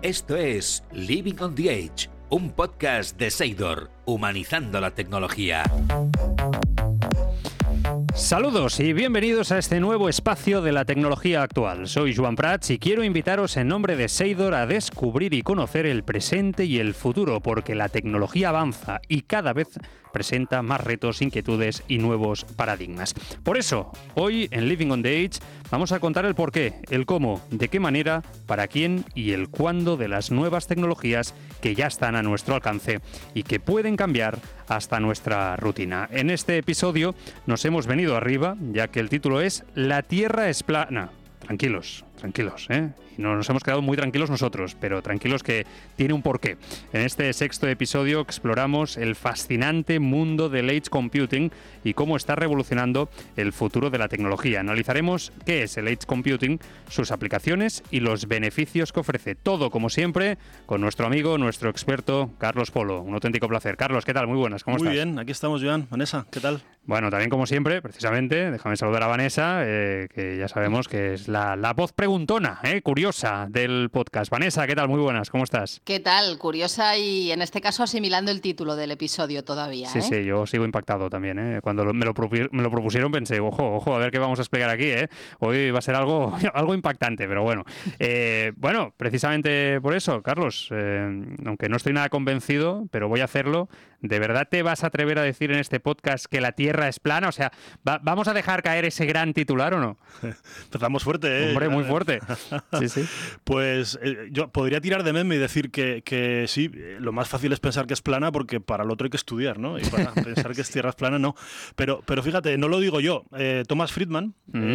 Esto es Living on the Edge, un podcast de Seidor, humanizando la tecnología. Saludos y bienvenidos a este nuevo espacio de la tecnología actual. Soy Joan Prats y quiero invitaros en nombre de Seidor a descubrir y conocer el presente y el futuro, porque la tecnología avanza y cada vez presenta más retos, inquietudes y nuevos paradigmas. Por eso, hoy en Living on the Edge vamos a contar el porqué, el cómo, de qué manera, para quién y el cuándo de las nuevas tecnologías que ya están a nuestro alcance y que pueden cambiar hasta nuestra rutina. En este episodio nos hemos venido arriba, ya que el título es La Tierra es plana. Tranquilos, ¿eh? No nos hemos quedado muy tranquilos nosotros, pero tranquilos que tiene un porqué. En este sexto episodio exploramos el fascinante mundo del Edge Computing y cómo está revolucionando el futuro de la tecnología. Analizaremos qué es el Edge Computing, sus aplicaciones y los beneficios que ofrece. Todo, como siempre, con nuestro amigo, nuestro experto, Carlos Polo. Un auténtico placer. Carlos, ¿qué tal? Muy buenas, ¿cómo estás? Muy bien, aquí estamos, Joan. Vanessa, ¿qué tal? Bueno, también como siempre, precisamente, déjame saludar a Vanessa, que ya sabemos que es la voz preguntona, curiosa del podcast. Vanessa, ¿qué tal? Muy buenas, ¿cómo estás? ¿Qué tal? Curiosa y en este caso asimilando el título del episodio todavía. Sí, yo sigo impactado también. Cuando me lo propusieron pensé, ojo, a ver qué vamos a explicar aquí. Hoy va a ser algo impactante, pero bueno. Bueno, precisamente por eso, Carlos, aunque no estoy nada convencido, pero voy a hacerlo. ¿De verdad te vas a atrever a decir en este podcast que la Tierra es plana? O sea, ¿vamos a dejar caer ese gran titular o no? Empezamos fuerte, Hombre, muy fuerte. Sí. Pues yo podría tirar de meme y decir que sí, lo más fácil es pensar que es plana porque para el otro hay que estudiar, ¿no? Y para pensar que es Tierra es plana, no. Pero fíjate, no lo digo yo. Thomas Friedman,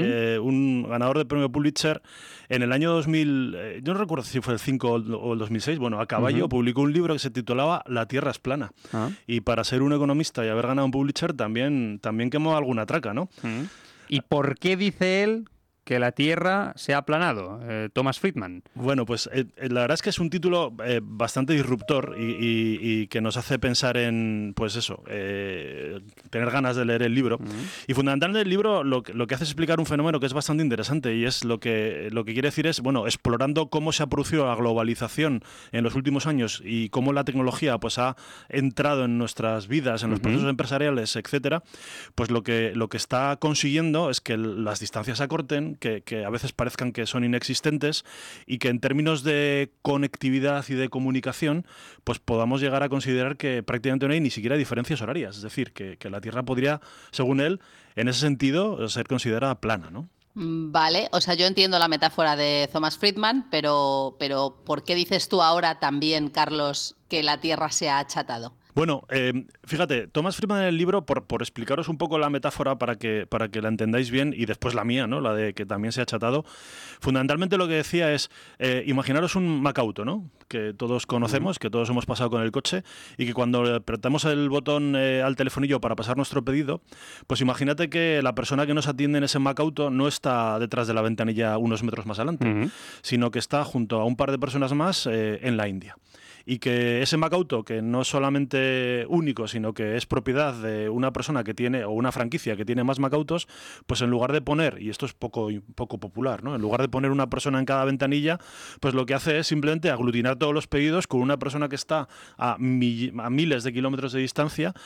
un ganador de premio Pulitzer, en el año 2000, yo no recuerdo si fue el 5 o el 2006, bueno, a caballo, publicó un libro que se titulaba La Tierra es plana. Y para ser un economista y haber ganado un Pulitzer también quemó alguna traca, ¿no? ¿Y por qué dice él que la Tierra se ha aplanado, Thomas Friedman? Bueno, pues la verdad es que es un título bastante disruptor y que nos hace pensar en, pues eso, tener ganas de leer el libro. Y fundamentalmente el libro lo que hace es explicar un fenómeno que es bastante interesante y es lo que quiere decir es, bueno, explorando cómo se ha producido la globalización en los últimos años y cómo la tecnología pues ha entrado en nuestras vidas, en los procesos empresariales, etcétera, pues lo que está consiguiendo es que las distancias se acorten, que a veces parezcan que son inexistentes y que en términos de conectividad y de comunicación pues podamos llegar a considerar que prácticamente no hay ni siquiera diferencias horarias. Es decir, que la Tierra podría, según él, en ese sentido, ser considerada plana, ¿no? Vale, o sea, yo entiendo la metáfora de Thomas Friedman, pero ¿por qué dices tú ahora también, Carlos, que la Tierra se ha achatado? Bueno, fíjate, Thomas Friedman en el libro, por explicaros un poco la metáfora para que la entendáis bien, y después la mía, ¿no? La de que también se ha achatado, fundamentalmente lo que decía es, imaginaros un Macauto, ¿no? Que todos conocemos, que todos hemos pasado con el coche, y que cuando apretamos el botón al telefonillo para pasar nuestro pedido, pues imagínate que la persona que nos atiende en ese Macauto no está detrás de la ventanilla unos metros más adelante, sino que está junto a un par de personas más en la India. Y que ese Macauto, que no es solamente único, sino que es propiedad de una persona que tiene, o una franquicia que tiene más Macautos, pues en lugar de poner, y esto es poco popular, ¿no? En lugar de poner una persona en cada ventanilla, pues lo que hace es simplemente aglutinar todos los pedidos con una persona que está a miles de kilómetros de distancia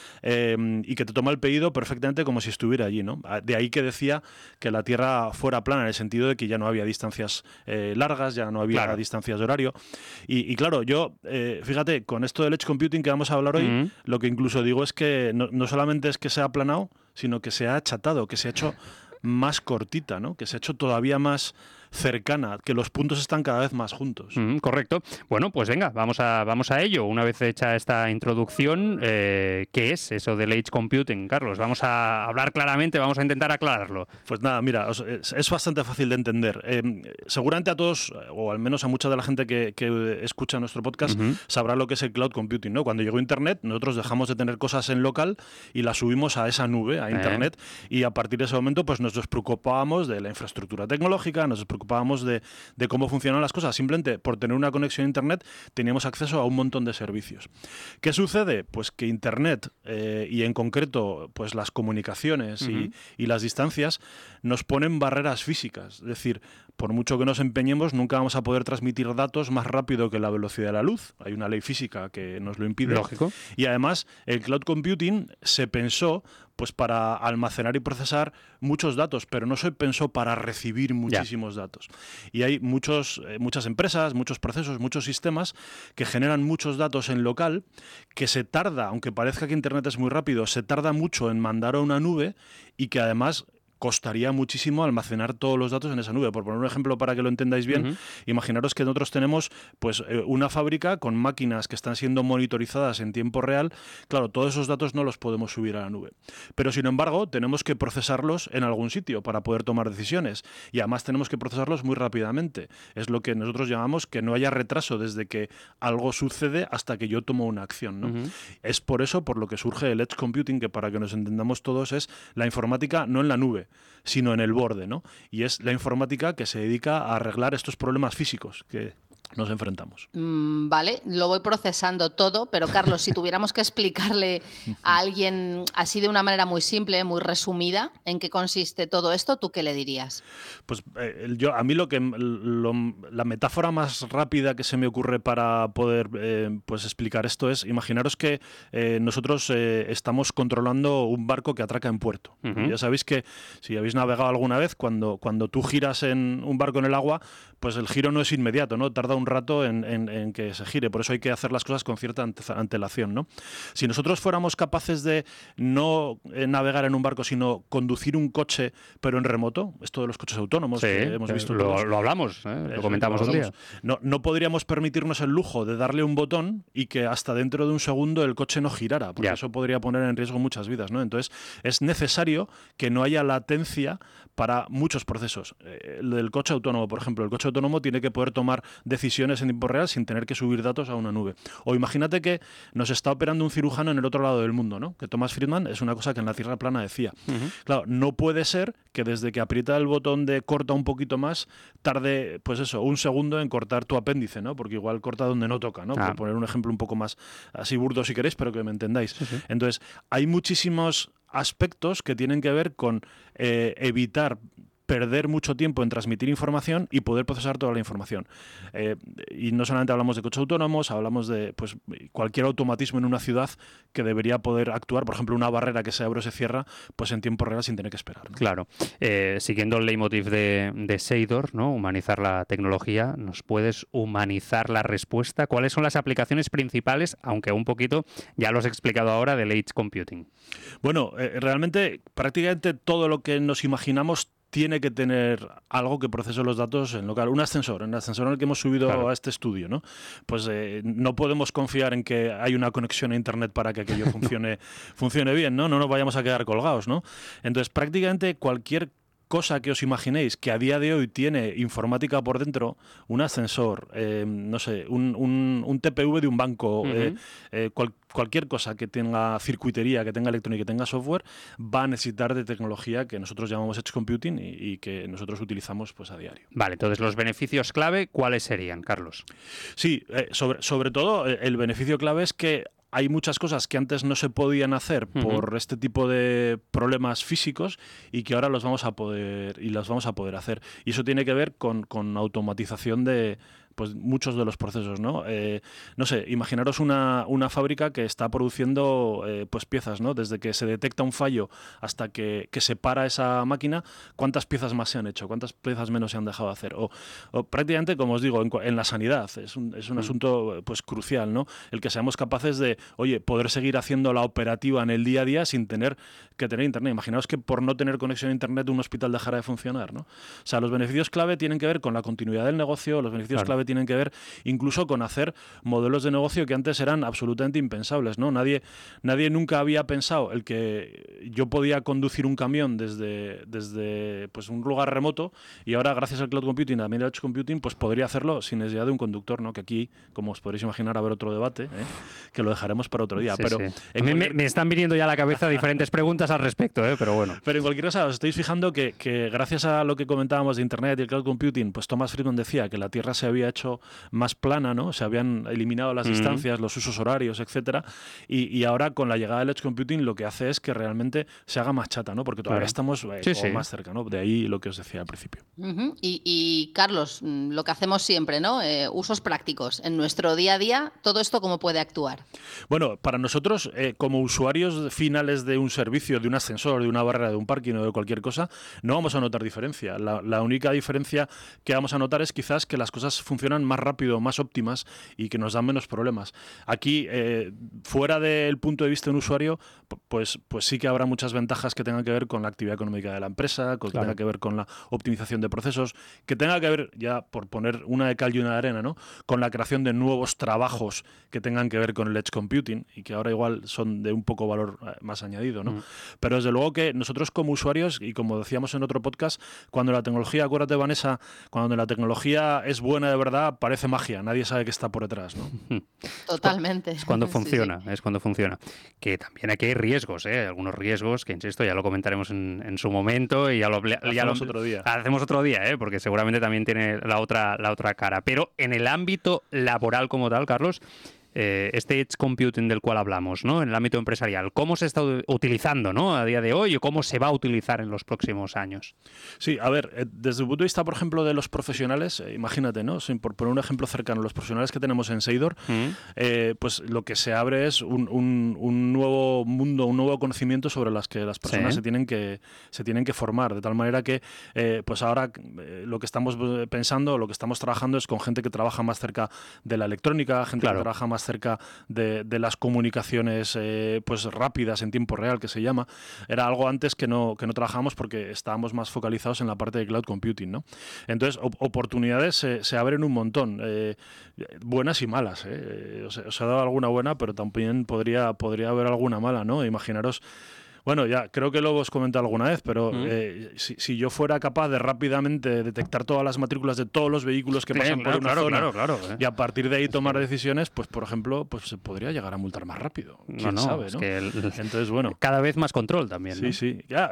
y que te toma el pedido perfectamente como si estuviera allí, ¿no? De ahí que decía que la Tierra fuera plana, en el sentido de que ya no había distancias largas, ya no había distancias de horario. Y claro, yo... fíjate, con esto del Edge Computing que vamos a hablar hoy, lo que incluso digo es que no solamente es que se ha aplanado, sino que se ha achatado, que se ha hecho más cortita, ¿no? Que se ha hecho todavía más cercana, que los puntos están cada vez más juntos. Correcto. Bueno, pues venga, vamos a ello. Una vez hecha esta introducción, ¿qué es eso del Edge Computing, Carlos? Vamos a hablar claramente, vamos a intentar aclararlo. Pues nada, mira, es bastante fácil de entender. Seguramente a todos, o al menos a mucha de la gente que escucha nuestro podcast, sabrá lo que es el Cloud Computing, ¿no? Cuando llegó Internet, nosotros dejamos de tener cosas en local y las subimos a esa nube, a Internet, y a partir de ese momento pues nos preocupábamos de la infraestructura tecnológica, nos preocupábamos ocupábamos de cómo funcionan las cosas. Simplemente por tener una conexión a Internet teníamos acceso a un montón de servicios. ¿Qué sucede? Pues que Internet y en concreto pues las comunicaciones y las distancias nos ponen barreras físicas. Es decir, por mucho que nos empeñemos, nunca vamos a poder transmitir datos más rápido que la velocidad de la luz. Hay una ley física que nos lo impide. Lógico. Y además, el cloud computing se pensó pues para almacenar y procesar muchos datos, pero no se pensó para recibir muchísimos datos. Y hay muchas empresas, muchos procesos, muchos sistemas que generan muchos datos en local, que se tarda, aunque parezca que Internet es muy rápido, se tarda mucho en mandar a una nube y que además costaría muchísimo almacenar todos los datos en esa nube. Por poner un ejemplo para que lo entendáis bien, imaginaros que nosotros tenemos pues una fábrica con máquinas que están siendo monitorizadas en tiempo real. Claro, todos esos datos no los podemos subir a la nube. Pero sin embargo, tenemos que procesarlos en algún sitio para poder tomar decisiones. Y además tenemos que procesarlos muy rápidamente. Es lo que nosotros llamamos que no haya retraso desde que algo sucede hasta que yo tomo una acción, ¿no? Es por eso por lo que surge el Edge Computing, que para que nos entendamos todos es la informática no en la nube, sino en el borde, ¿no? Y es la informática que se dedica a arreglar estos problemas físicos que nos enfrentamos. Vale, lo voy procesando todo, pero Carlos, si tuviéramos que explicarle a alguien así de una manera muy simple, muy resumida, en qué consiste todo esto, ¿tú qué le dirías? Pues a mí la metáfora más rápida que se me ocurre para poder pues explicar esto es, imaginaros que nosotros estamos controlando un barco que atraca en puerto. Ya sabéis que si habéis navegado alguna vez, cuando tú giras en un barco en el agua, pues el giro no es inmediato, ¿no? Tarda un rato en que se gire, por eso hay que hacer las cosas con cierta antelación, ¿no? Si nosotros fuéramos capaces de no navegar en un barco, sino conducir un coche, pero en remoto, esto de los coches autónomos que hemos visto lo hablamos, lo comentamos un día. No podríamos permitirnos el lujo de darle un botón y que hasta dentro de un segundo el coche no girara, porque eso podría poner en riesgo muchas vidas, ¿no? Entonces es necesario que no haya latencia para muchos procesos. El del coche autónomo, por ejemplo, el coche autónomo tiene que poder tomar decisiones en tiempo real sin tener que subir datos a una nube. O imagínate que nos está operando un cirujano en el otro lado del mundo, ¿no? Que Thomas Friedman es una cosa que en la Tierra plana decía. Claro, no puede ser que desde que aprieta el botón de corta un poquito más tarde, pues eso, un segundo en cortar tu apéndice, ¿no? Porque igual corta donde no toca, ¿no? Por poner un ejemplo un poco más así burdo si queréis, pero que me entendáis. Entonces, hay muchísimos aspectos que tienen que ver con evitar perder mucho tiempo en transmitir información y poder procesar toda la información. Y no solamente hablamos de coches autónomos, hablamos de pues, cualquier automatismo en una ciudad que debería poder actuar, por ejemplo, una barrera que se abre o se cierra, pues en tiempo real sin tener que esperar, ¿no? Claro. Siguiendo el leitmotiv de Seidor, ¿no? Humanizar la tecnología, ¿nos puedes humanizar la respuesta? ¿Cuáles son las aplicaciones principales, aunque un poquito ya lo has explicado ahora, del Edge Computing? Bueno, realmente prácticamente todo lo que nos imaginamos tiene que tener algo que procese los datos en local. Un ascensor, en el ascensor en el que hemos subido a este estudio, ¿no? Pues no podemos confiar en que hay una conexión a Internet para que aquello funcione bien, ¿no? No nos vayamos a quedar colgados, ¿no? Entonces, prácticamente cualquier cosa que os imaginéis que a día de hoy tiene informática por dentro, un ascensor, no sé, un TPV de un banco, cualquier cosa que tenga circuitería, que tenga electrónica, que tenga software, va a necesitar de tecnología que nosotros llamamos Edge Computing y que nosotros utilizamos pues a diario. Vale, entonces los beneficios clave, ¿cuáles serían, Carlos? Sí, sobre todo el beneficio clave es que hay muchas cosas que antes no se podían hacer por este tipo de problemas físicos y que ahora las vamos a poder hacer. Y eso tiene que ver con automatización de pues muchos de los procesos, ¿no? No sé, imaginaros una fábrica que está produciendo pues piezas, ¿no? Desde que se detecta un fallo hasta que se para esa máquina, ¿cuántas piezas más se han hecho? ¿Cuántas piezas menos se han dejado de hacer? O prácticamente, como os digo, en la sanidad es un asunto pues crucial, ¿no? El que seamos capaces de, oye, poder seguir haciendo la operativa en el día a día sin tener que tener Internet. Imaginaos que por no tener conexión a Internet un hospital dejara de funcionar, ¿no? O sea, los beneficios clave tienen que ver con la continuidad del negocio, los beneficios clave tienen que ver incluso con hacer modelos de negocio que antes eran absolutamente impensables, ¿no? Nadie nunca había pensado el que yo podía conducir un camión desde pues un lugar remoto, y ahora gracias al cloud computing, también al edge computing, pues podría hacerlo sin necesidad de un conductor, ¿no? Que aquí, como os podréis imaginar, habrá otro debate, que lo dejaremos para otro día. Sí, pero sí. Me están viniendo ya a la cabeza diferentes preguntas al respecto, pero bueno. Pero en cualquier caso, os estáis fijando que gracias a lo que comentábamos de Internet y el cloud computing, pues Thomas Friedman decía que la Tierra se había hecho más plana, ¿no? Se habían eliminado las distancias, los usos horarios, etcétera, y ahora con la llegada del edge computing lo que hace es que realmente se haga más chata, ¿no? Porque todavía estamos más cerca, ¿no? De ahí lo que os decía al principio. Y Carlos, lo que hacemos siempre, ¿no? Usos prácticos. En nuestro día a día, ¿todo esto cómo puede actuar? Bueno, para nosotros, como usuarios finales de un servicio, de un ascensor, de una barrera, de un parking o de cualquier cosa, no vamos a notar diferencia. La única diferencia que vamos a notar es quizás que las cosas funcionan más rápido, más óptimas y que nos dan menos problemas. Aquí, fuera del punto de vista de un usuario, pues sí que habrá muchas ventajas que tengan que ver con la actividad económica de la empresa, que tenga que ver con la optimización de procesos, que tenga que ver, ya por poner una de cal y una de arena, ¿no? Con la creación de nuevos trabajos que tengan que ver con el edge computing y que ahora igual son de un poco valor más añadido, ¿no? Pero desde luego que nosotros como usuarios, y como decíamos en otro podcast, cuando la tecnología, acuérdate, Vanessa, cuando la tecnología es buena de verdad, parece magia, nadie sabe qué está por detrás, ¿no? Totalmente. Es cuando funciona, sí. Es cuando funciona. Que también aquí hay riesgos, algunos riesgos que, insisto, ya lo comentaremos en su momento y ya lo hacemos otro día. Hacemos otro día, porque seguramente también tiene la otra cara. Pero en el ámbito laboral como tal, Carlos, este edge computing del cual hablamos, ¿no? En el ámbito empresarial, ¿cómo se está utilizando, ¿no? A día de hoy, o cómo se va a utilizar en los próximos años? Sí, a ver, desde el punto de vista, por ejemplo, de los profesionales, imagínate, ¿no? Por poner un ejemplo cercano, los profesionales que tenemos en Seidor, pues lo que se abre es un nuevo mundo, un nuevo conocimiento sobre las que las personas se tienen que formar, de tal manera que pues ahora lo que estamos pensando, lo que estamos trabajando es con gente que trabaja más cerca de la electrónica, gente que trabaja más cerca de las comunicaciones pues rápidas en tiempo real, que se llama. Era algo antes que no trabajábamos porque estábamos más focalizados en la parte de cloud computing, ¿no? Entonces, oportunidades se abren un montón, buenas y malas. Os he dado alguna buena, pero también podría haber alguna mala, ¿no? Imaginaros. Bueno, ya creo que lo os comentado alguna vez, pero si yo fuera capaz de rápidamente detectar todas las matrículas de todos los vehículos que pasan por una zona y a partir de ahí tomar decisiones, pues por ejemplo, pues se podría llegar a multar más rápido. ¿Quién sabe, ¿no? Entonces, bueno. Cada vez más control también, ¿no? Sí. Ya,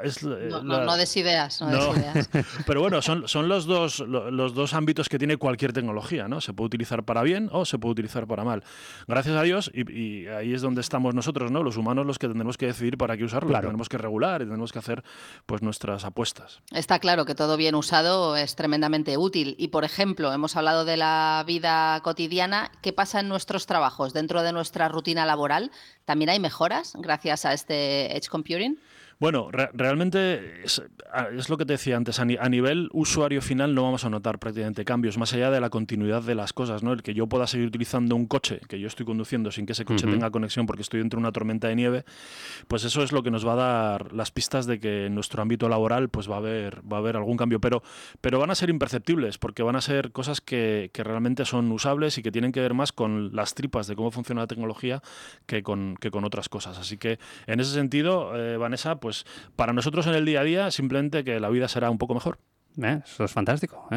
no des ideas, no des ideas. Pero bueno, son los dos ámbitos que tiene cualquier tecnología, ¿no? Se puede utilizar para bien o se puede utilizar para mal. Gracias a Dios, y ahí es donde estamos nosotros, ¿no? Los humanos, los que tendremos que decidir para qué usarlo. Claro. Tenemos que regular y tenemos que hacer pues nuestras apuestas. Está claro que todo bien usado es tremendamente útil. Y, por ejemplo, hemos hablado de la vida cotidiana. ¿Qué pasa en nuestros trabajos? Dentro de nuestra rutina laboral, ¿también hay mejoras gracias a este edge computing? Bueno, realmente es lo que te decía antes, a nivel usuario final no vamos a notar prácticamente cambios, más allá de la continuidad de las cosas, ¿no? El que yo pueda seguir utilizando un coche que yo estoy conduciendo sin que ese coche tenga conexión porque estoy dentro de una tormenta de nieve, pues eso es lo que nos va a dar las pistas de que en nuestro ámbito laboral pues va a haber algún cambio, pero van a ser imperceptibles porque van a ser cosas que realmente son usables y que tienen que ver más con las tripas de cómo funciona la tecnología que con otras cosas. Así que en ese sentido, Vanessa, pues para nosotros en el día a día simplemente que la vida será un poco mejor. Eso es fantástico.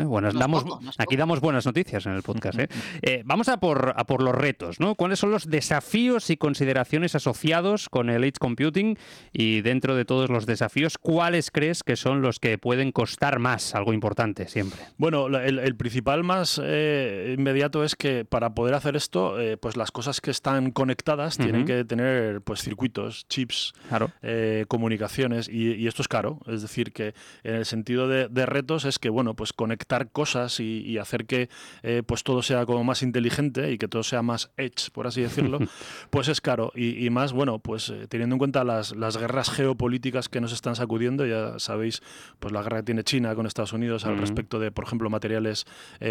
Aquí damos buenas noticias en el podcast. Vamos a por los retos, ¿no? ¿Cuáles son los desafíos y consideraciones asociados con el edge computing? Y dentro de todos los desafíos, ¿cuáles crees que son los que pueden costar más? Algo importante siempre. Bueno, el principal más inmediato es que para poder hacer esto, pues las cosas que están conectadas tienen que tener pues circuitos, chips, comunicaciones, y esto es caro. Es decir, que en el sentido de reto es que, bueno, pues conectar cosas y hacer que pues todo sea como más inteligente y que todo sea más edge, por así decirlo, pues es caro. Y más, bueno, pues teniendo en cuenta las guerras geopolíticas que nos están sacudiendo, ya sabéis, pues la guerra que tiene China con Estados Unidos al respecto de, por ejemplo, materiales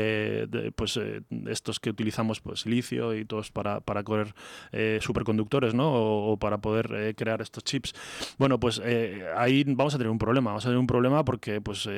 estos que utilizamos, pues silicio y todos para correr superconductores, ¿no? O para poder crear estos chips. Bueno, pues ahí vamos a tener un problema. Vamos a tener un problema porque pues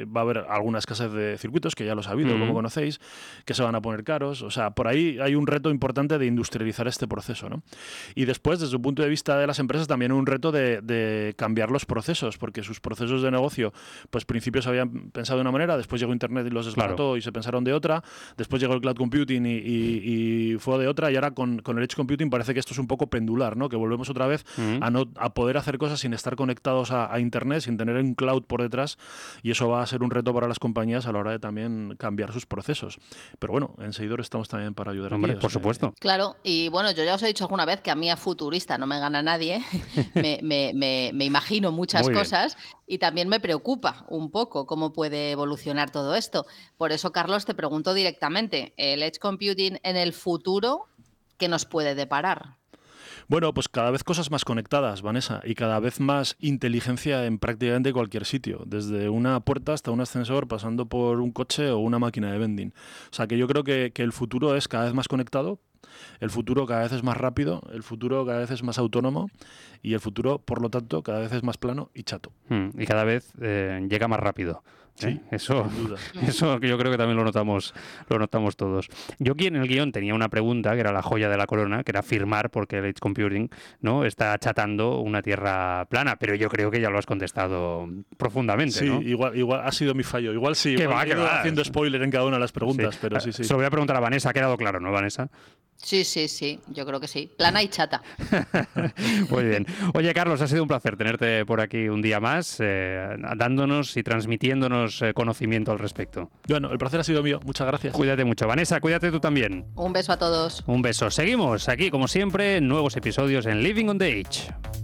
va a haber alguna escasez de circuitos, que ya lo ha habido, como conocéis, que se van a poner caros. O sea, por ahí hay un reto importante de industrializar este proceso, ¿no? Y después, desde el punto de vista de las empresas, también un reto de cambiar los procesos, porque sus procesos de negocio, pues al principio se habían pensado de una manera, después llegó Internet y los desbarató y se pensaron de otra, después llegó el cloud computing y fue de otra, y ahora con el edge computing parece que esto es un poco pendular, ¿no? Que volvemos otra vez a poder hacer cosas sin estar conectados a Internet, sin tener un cloud por detrás, y eso va a ser un reto para las compañías a la hora de también cambiar sus procesos. Pero bueno, en Seidor estamos también para ayudar a Hombre, por supuesto. Claro, y bueno, yo ya os he dicho alguna vez que a mí a futurista no me gana nadie, me imagino muchas cosas y también me preocupa un poco cómo puede evolucionar todo esto. Por eso, Carlos, te pregunto directamente, ¿el edge computing en el futuro qué nos puede deparar? Bueno, pues cada vez cosas más conectadas, Vanessa, y cada vez más inteligencia en prácticamente cualquier sitio, desde una puerta hasta un ascensor, pasando por un coche o una máquina de vending. O sea, que yo creo que el futuro es cada vez más conectado, el futuro cada vez es más rápido, el futuro cada vez es más autónomo y el futuro, por lo tanto, cada vez es más plano y chato. Y cada vez llega más rápido. Sí, eso, sin duda. Eso que yo creo que también lo notamos todos. Yo aquí en el guión tenía una pregunta que era la joya de la corona, que era afirmar porque el edge computing, ¿no?, está achatando una tierra plana, pero yo creo que ya lo has contestado profundamente, sí, ¿no? igual ha sido mi fallo. Igual sí, Que va. haciendo spoiler en cada una de las preguntas, pero sí. Se lo voy a preguntar a Vanessa, ha quedado claro, ¿no, Vanessa? Sí, yo creo que sí. Plana y chata. Muy bien. Oye, Carlos, ha sido un placer tenerte por aquí un día más, dándonos y transmitiéndonos conocimiento al respecto. Bueno, el placer ha sido mío. Muchas gracias. Cuídate mucho. Vanessa, cuídate tú también. Un beso a todos. Un beso. Seguimos aquí, como siempre, nuevos episodios en Living on the Edge.